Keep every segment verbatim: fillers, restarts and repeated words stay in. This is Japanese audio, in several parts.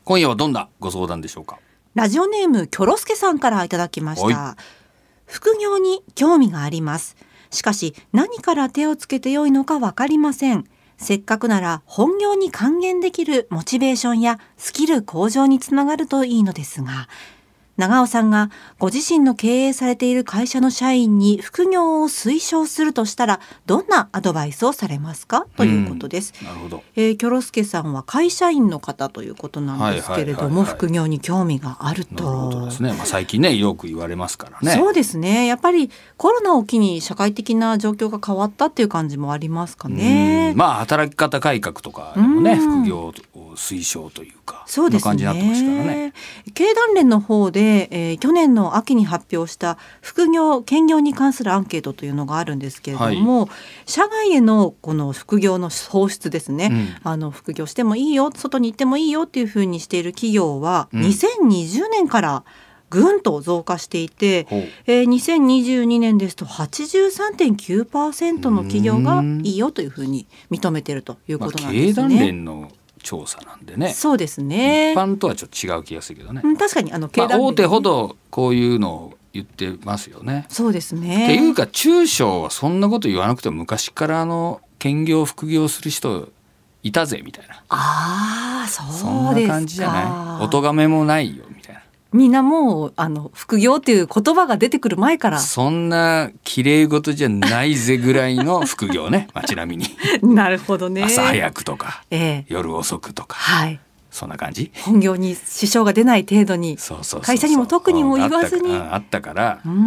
今夜はどんなご相談でしょうか。 ラジオネームキョロスケさんからいただきました。副業に興味があります。しかし何から手をつけてよいのか分かりません。せっかくなら本業に還元できるモチベーションやスキル向上につながるといいのですが、長尾さんがご自身の経営されている会社の社員に副業を推奨するとしたらどんなアドバイスをされますか、ということです。 なるほど。 えー、キョロスケさんは会社員の方ということなんですけれども、はいはいはいはい、副業に興味があると。 なるほどですね。まあ、最近ねよく言われますからね。 そうですね。やっぱりコロナを機に社会的な状況が変わったっていう感じもありますかね。 うん、まあ働き方改革とかでもね、副業を推奨というか、 そうですね、 そんな感じになってますからね。 経団連の方で、えー、去年の秋に発表した副業兼業に関するアンケートというのがあるんですけれども、はい、社外へのこの副業の創出ですね、うん、あの副業してもいいよ、外に行ってもいいよっていうふうにしている企業は、うん、にせんにじゅうねんからぐんと増加していて、えー、にせんにじゅうにねんですと はちじゅうさんてんきゅうパーセント の企業がいいよというふうに認めているということなんですね。 まあ、経団連の調査なんでね。 そうですね。 一般とはちょっと違う気がするけどね。 うん、確かにあの経団連、ね、 まあ、大手ほどこういうのを言ってますよね。 そうですね。 っていうか中小はそんなこと言わなくても昔からあの兼業副業する人いたぜみたいな。 ああ、そうですか。 そんな感じじゃない。お咎めもないよみたいな。 みんなもうあの副業っていう言葉が出てくる前からそんな綺麗事じゃないぜぐらいの副業ね。まあ、ちなみになるほどね。 朝早くとか、 ええ、 夜遅くとか、 はい、 そんな感じ。 本業に支障が出ない程度に、 そうそうそうそう、 会社にも特にも言わずにあった、あったから、 うん、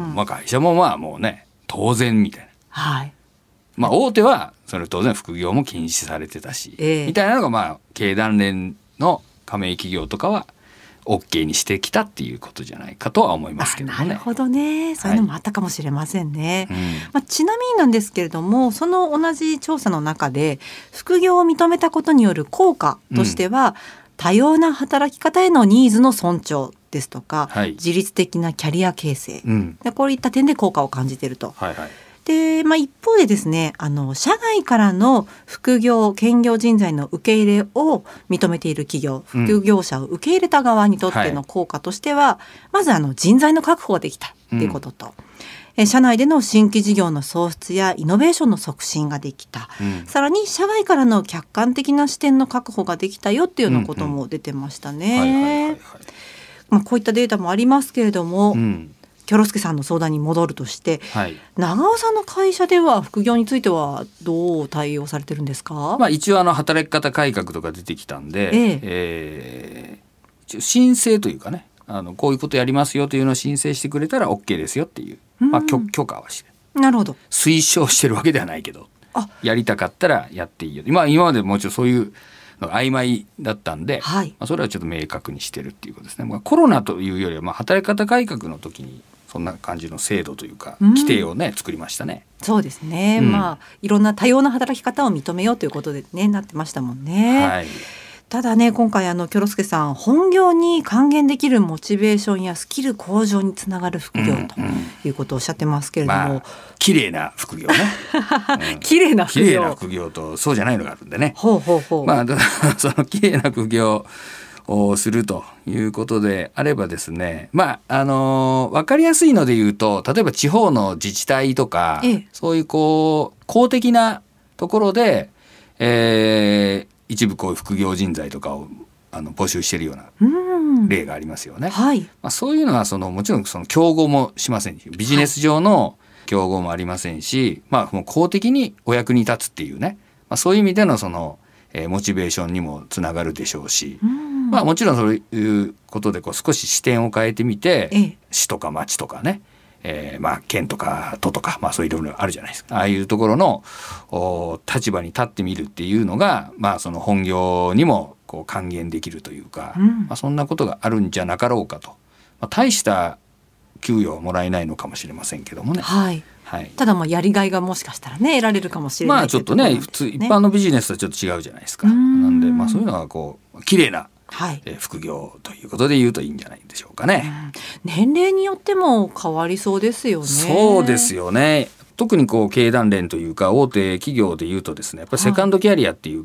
まあ、会社もまあもうね当然みたいな、 はい、 まあ、大手はそれ当然副業も禁止されてたし、ええ、みたいなのがまあ経団連の加盟企業とかは OK にしてきたっていうことじゃないかとは思いますけどね。 なるほどね。そういうのもあったかもしれませんね。 はい、うん、 まあ、ちなみになんですけれども、その同じ調査の中で副業を認めたことによる効果としては、うん、多様な働き方へのニーズの尊重ですとか、はい、自律的なキャリア形成、うん、でこういった点で効果を感じていると。はいはい。で、まあ、一方でですね、あの社外からの副業兼業人材の受け入れを認めている企業、副業者を受け入れた側にとっての効果としては、はい、まずあの人材の確保ができたっていうことと、うん、社内での新規事業の創出やイノベーションの促進ができた、うん、さらに社外からの客観的な視点の確保ができたよっていうようなことも出てましたね。こういったデータもありますけれども、うん、キョロスケさんの相談に戻るとして、はい、長尾さんの会社では副業についてはどう対応されてるんですか？ まあ、一応あの働き方改革とか出てきたんで、えええー、一応申請というかね、あのこういうことやりますよというのを申請してくれたら OK ですよっていう、まあ、許, 許可はして、 なるほど、 推奨してるわけではないけど、あ、やりたかったらやっていいよ、今, 今までもちろんそういうのが曖昧だったんで、はい、まあ、それはちょっと明確にしてるっていうことですね。まあ、コロナというよりはまあ働き方改革の時にそんな感じの制度というか規定をね、うん、作りましたね。 そうですね、うん、まあいろんな多様な働き方を認めようということでねなってましたもんね。はい、ただね、今回あのキョロスケさん、本業に還元できるモチベーションやスキル向上につながる副業ということをおっしゃってますけれども、 まあ、綺麗な副業ね、 うん、綺麗な副業、 綺麗な副業とそうじゃないのがあるんでね。 ほうほうほう、 まあ、その綺麗な副業をするということであればですね、まああのー、分かりやすいので言うと、例えば地方の自治体とか、ええ、そういうこう公的なところで、えー、一部こういう副業人材とかをあの募集しているような例がありますよね。はい、まあ、そういうのはそのもちろんその競合もしませんし、ビジネス上の競合もありませんし、まあ、もう公的にお役に立つっていうね、まあ、そういう意味でのその、えー、モチベーションにもつながるでしょうし、まあ、もちろんそういうことでこう少し視点を変えてみて、ええ、市とか町とかね、えー、まあ県とか都とか、まあ、そういういろいろあるじゃないですか。ああいうところの立場に立ってみるっていうのが、まあ、その本業にもこう還元できるというか、うん、まあ、そんなことがあるんじゃなかろうかと、まあ、大した給与はもらえないのかもしれませんけどもね。はいはい、 ただまあやりがいがもしかしたらね得られるかもしれない、 まあちょっとね、普通一般のビジネスとはちょっと違うじゃないですか。なんで、まあ、そういうのはこう綺麗な、はい、えー、副業ということで言うといいんじゃないでしょうかね。 うん、年齢によっても変わりそうですよね。 そうですよね。特にこう経団連というか大手企業で言うとですね、やっぱりセカンドキャリアっていうか、はい、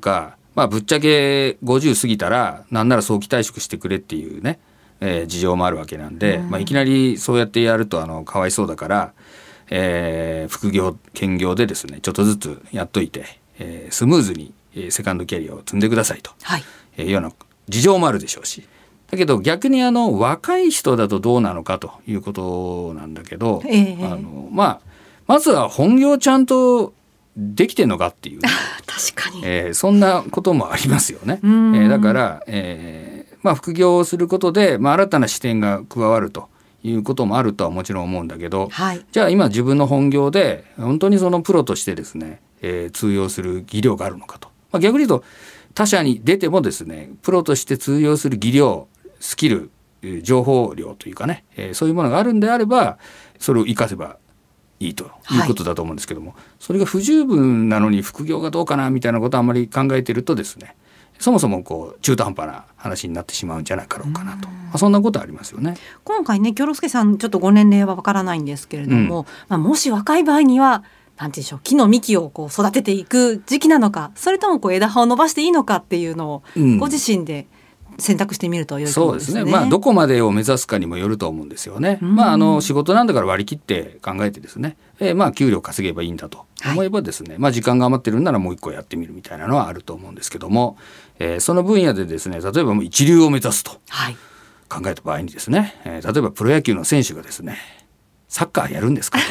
まあぶっちゃけごじゅう過ぎたらなんなら早期退職してくれっていうね、えー、事情もあるわけなんで、まあ、いきなりそうやってやるとあのかわいそうだから、えー、副業兼業でですねちょっとずつやっといて、えー、スムーズにセカンドキャリアを積んでくださいと、はい、えー、いうような事情もあるでしょうし、だけど逆にあの若い人だとどうなのかということなんだけど、えー、あのまあまずは本業ちゃんとできてんのかっていう、ね、 確かに、 えー、そんなこともありますよね。えー、だから、えーまあ、副業をすることで、まあ、新たな視点が加わるということもあるとはもちろん思うんだけど、はい、じゃあ今自分の本業で本当にそのプロとしてですね、えー、通用する技量があるのかと、まあ、逆に言うと他社に出てもですねプロとして通用する技量スキル情報量というかね、えー、そういうものがあるんであればそれを生かせばいいということだと思うんですけども、はい、それが不十分なのに副業がどうかなみたいなことをあまり考えているとですねそもそもこう中途半端な話になってしまうんじゃなかろうかなと、まあ、そんなことありますよね。 今回ね京之介さんちょっとご年齢はわからないんですけれども、うんまあ、もし若い場合にはなんていうんでしょう木の幹をこう育てていく時期なのかそれともこう枝葉を伸ばしていいのかっていうのをご自身で選択してみると良いかもですね。 そうですね、まあ、どこまでを目指すかにもよると思うんですよね。まあ、あの仕事なんだから割り切って考えてですね、えー、まあ給料稼げばいいんだと思えばですね、はいまあ、時間が余ってるんならもう一個やってみるみたいなのはあると思うんですけども、えー、その分野でですね例えばもう一流を目指すと考えた場合にですね、えー、例えばプロ野球の選手がですねサッカーやるんですかと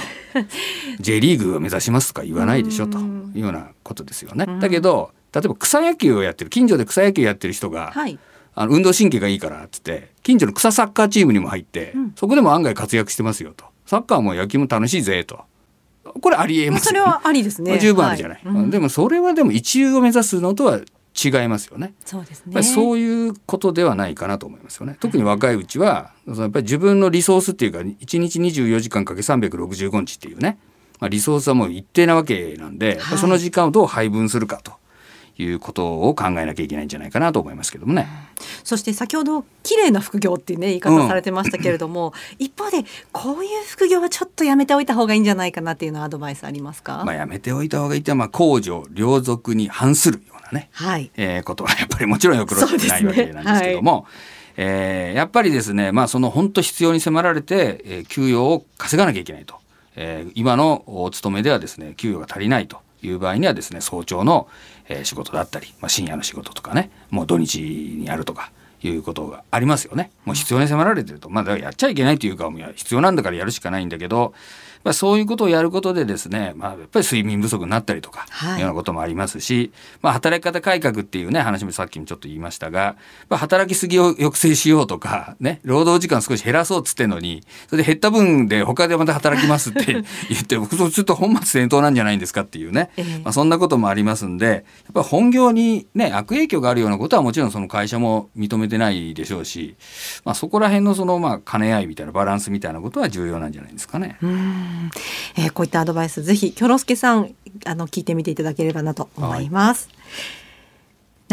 J リーグを目指しますとか言わないでしょというようなことですよね。だけど例えば草野球をやってる近所で草野球やってる人が、はいあの運動神経がいいからっつって近所の草サッカーチームにも入って、うん、そこでも案外活躍してますよとサッカーも野球も楽しいぜとこれありえますよね。 それはありですね、 まあ、十分あるじゃない、はいうん、でもそれはでも一流を目指すのとは違いますよね。 そうですね、 やっぱりそういうことではないかなと思いますよね。特に若いうちはやっぱり自分のリソースっていうかいちにちにじゅうよじかんかけさんびゃくろくじゅうごにちっていうね、まあ、リソースはもう一定なわけなんで、はい、その時間をどう配分するかということを考えなきゃいけないんじゃないかなと思いますけどもね。 そして先ほど綺麗な副業っていうね言い方されてましたけれども、うん、一方でこういう副業はちょっとやめておいた方がいいんじゃないかなっていうのはアドバイスありますか？ まあ、やめておいた方がいいってまあ公序良俗に反するようなね、はいえー、ことはやっぱりもちろんよくろしくないわけなんですけども、ねはいえー、やっぱりですね、まあ、その本当必要に迫られて、えー、給与を稼がなきゃいけないと、えー、今のお勤めではですね給与が足りないという場合にはですね早朝の、えー、仕事だったり、まあ、深夜の仕事とかねもう土日にやるとかいうことがありますよね。もう必要に迫られてると、まあ、だからやっちゃいけないというかもう必要なんだからやるしかないんだけど、まあ、そういうことをやることでですね、まあ、やっぱり睡眠不足になったりとか、はい、いうようなこともありますし、まあ、働き方改革っていうね話もさっきもちょっと言いましたが、まあ、働きすぎを抑制しようとかね労働時間少し減らそうっつってんのにそれで減った分で他でまた働きますって言ってそうすると本末転倒なんじゃないんですかっていうね、えーまあ、そんなこともありますんでやっぱり本業にね悪影響があるようなことはもちろんその会社も認めてないでしょうし、まあ、そこら辺のそのまあ兼ね合いみたいなバランスみたいなことは重要なんじゃないですかね。 うんえー、こういったアドバイスぜひ京之介さんあの聞いてみていただければなと思います、はい、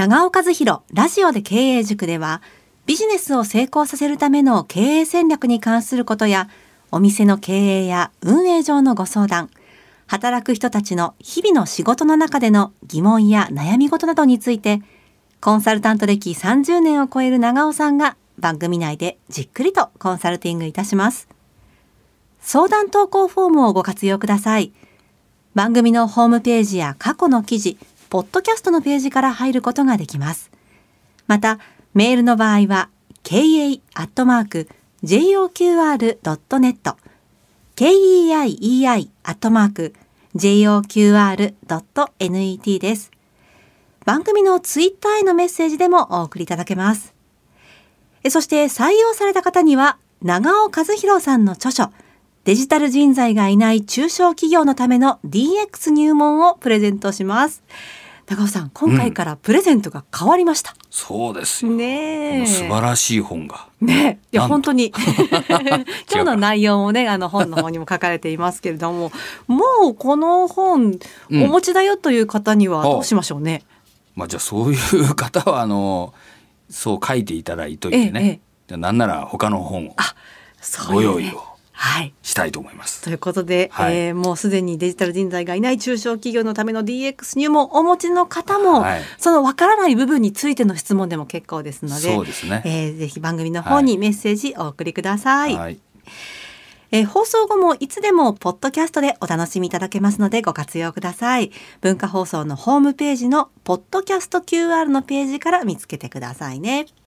長尾和弘ラジオで経営塾ではビジネスを成功させるための経営戦略に関することやお店の経営や運営上のご相談働く人たちの日々の仕事の中での疑問や悩み事などについてコンサルタント歴さんじゅうねんを超える長尾さんが番組内でじっくりとコンサルティングいたします。相談投稿フォームをご活用ください。番組のホームページや過去の記事、ポッドキャストのページから入ることができます。また、メールの場合は ケーエー アットマーク ジェイオーキューアール ドットネット ケーイーアイイーアイ アットマーク ジェイオーキューアール ドットネット です。番組のツイッターへのメッセージでもお送りいただけます。そして採用された方には長尾和弘さんの著書デジタル人材がいない中小企業のための ディーエックス 入門をプレゼントします。長尾さん今回からプレゼントが変わりました、うん、 そうですよね。 素晴らしい本がねいや本当に今日の内容もねあの本の方にも書かれていますけれどももうこの本お持ちだよという方にはどうしましょうね、 うん、まあ、じゃあそういう方はあのそう書いていただいといてね、ええ、じゃあなんなら他の本をご用意をしたいと思います。 はい、ということで、はい、えー、もうすでにデジタル人材がいない中小企業のための ディーエックス 入門をお持ちの方も、はい、そのわからない部分についての質問でも結構ですので、 そうですね、 えー、ぜひ番組の方にメッセージお送りください。 はい、 えー、放送後もいつでもポッドキャストでお楽しみいただけますのでご活用ください。文化放送のホームページのポッドキャスト キューアール のページから見つけてくださいね。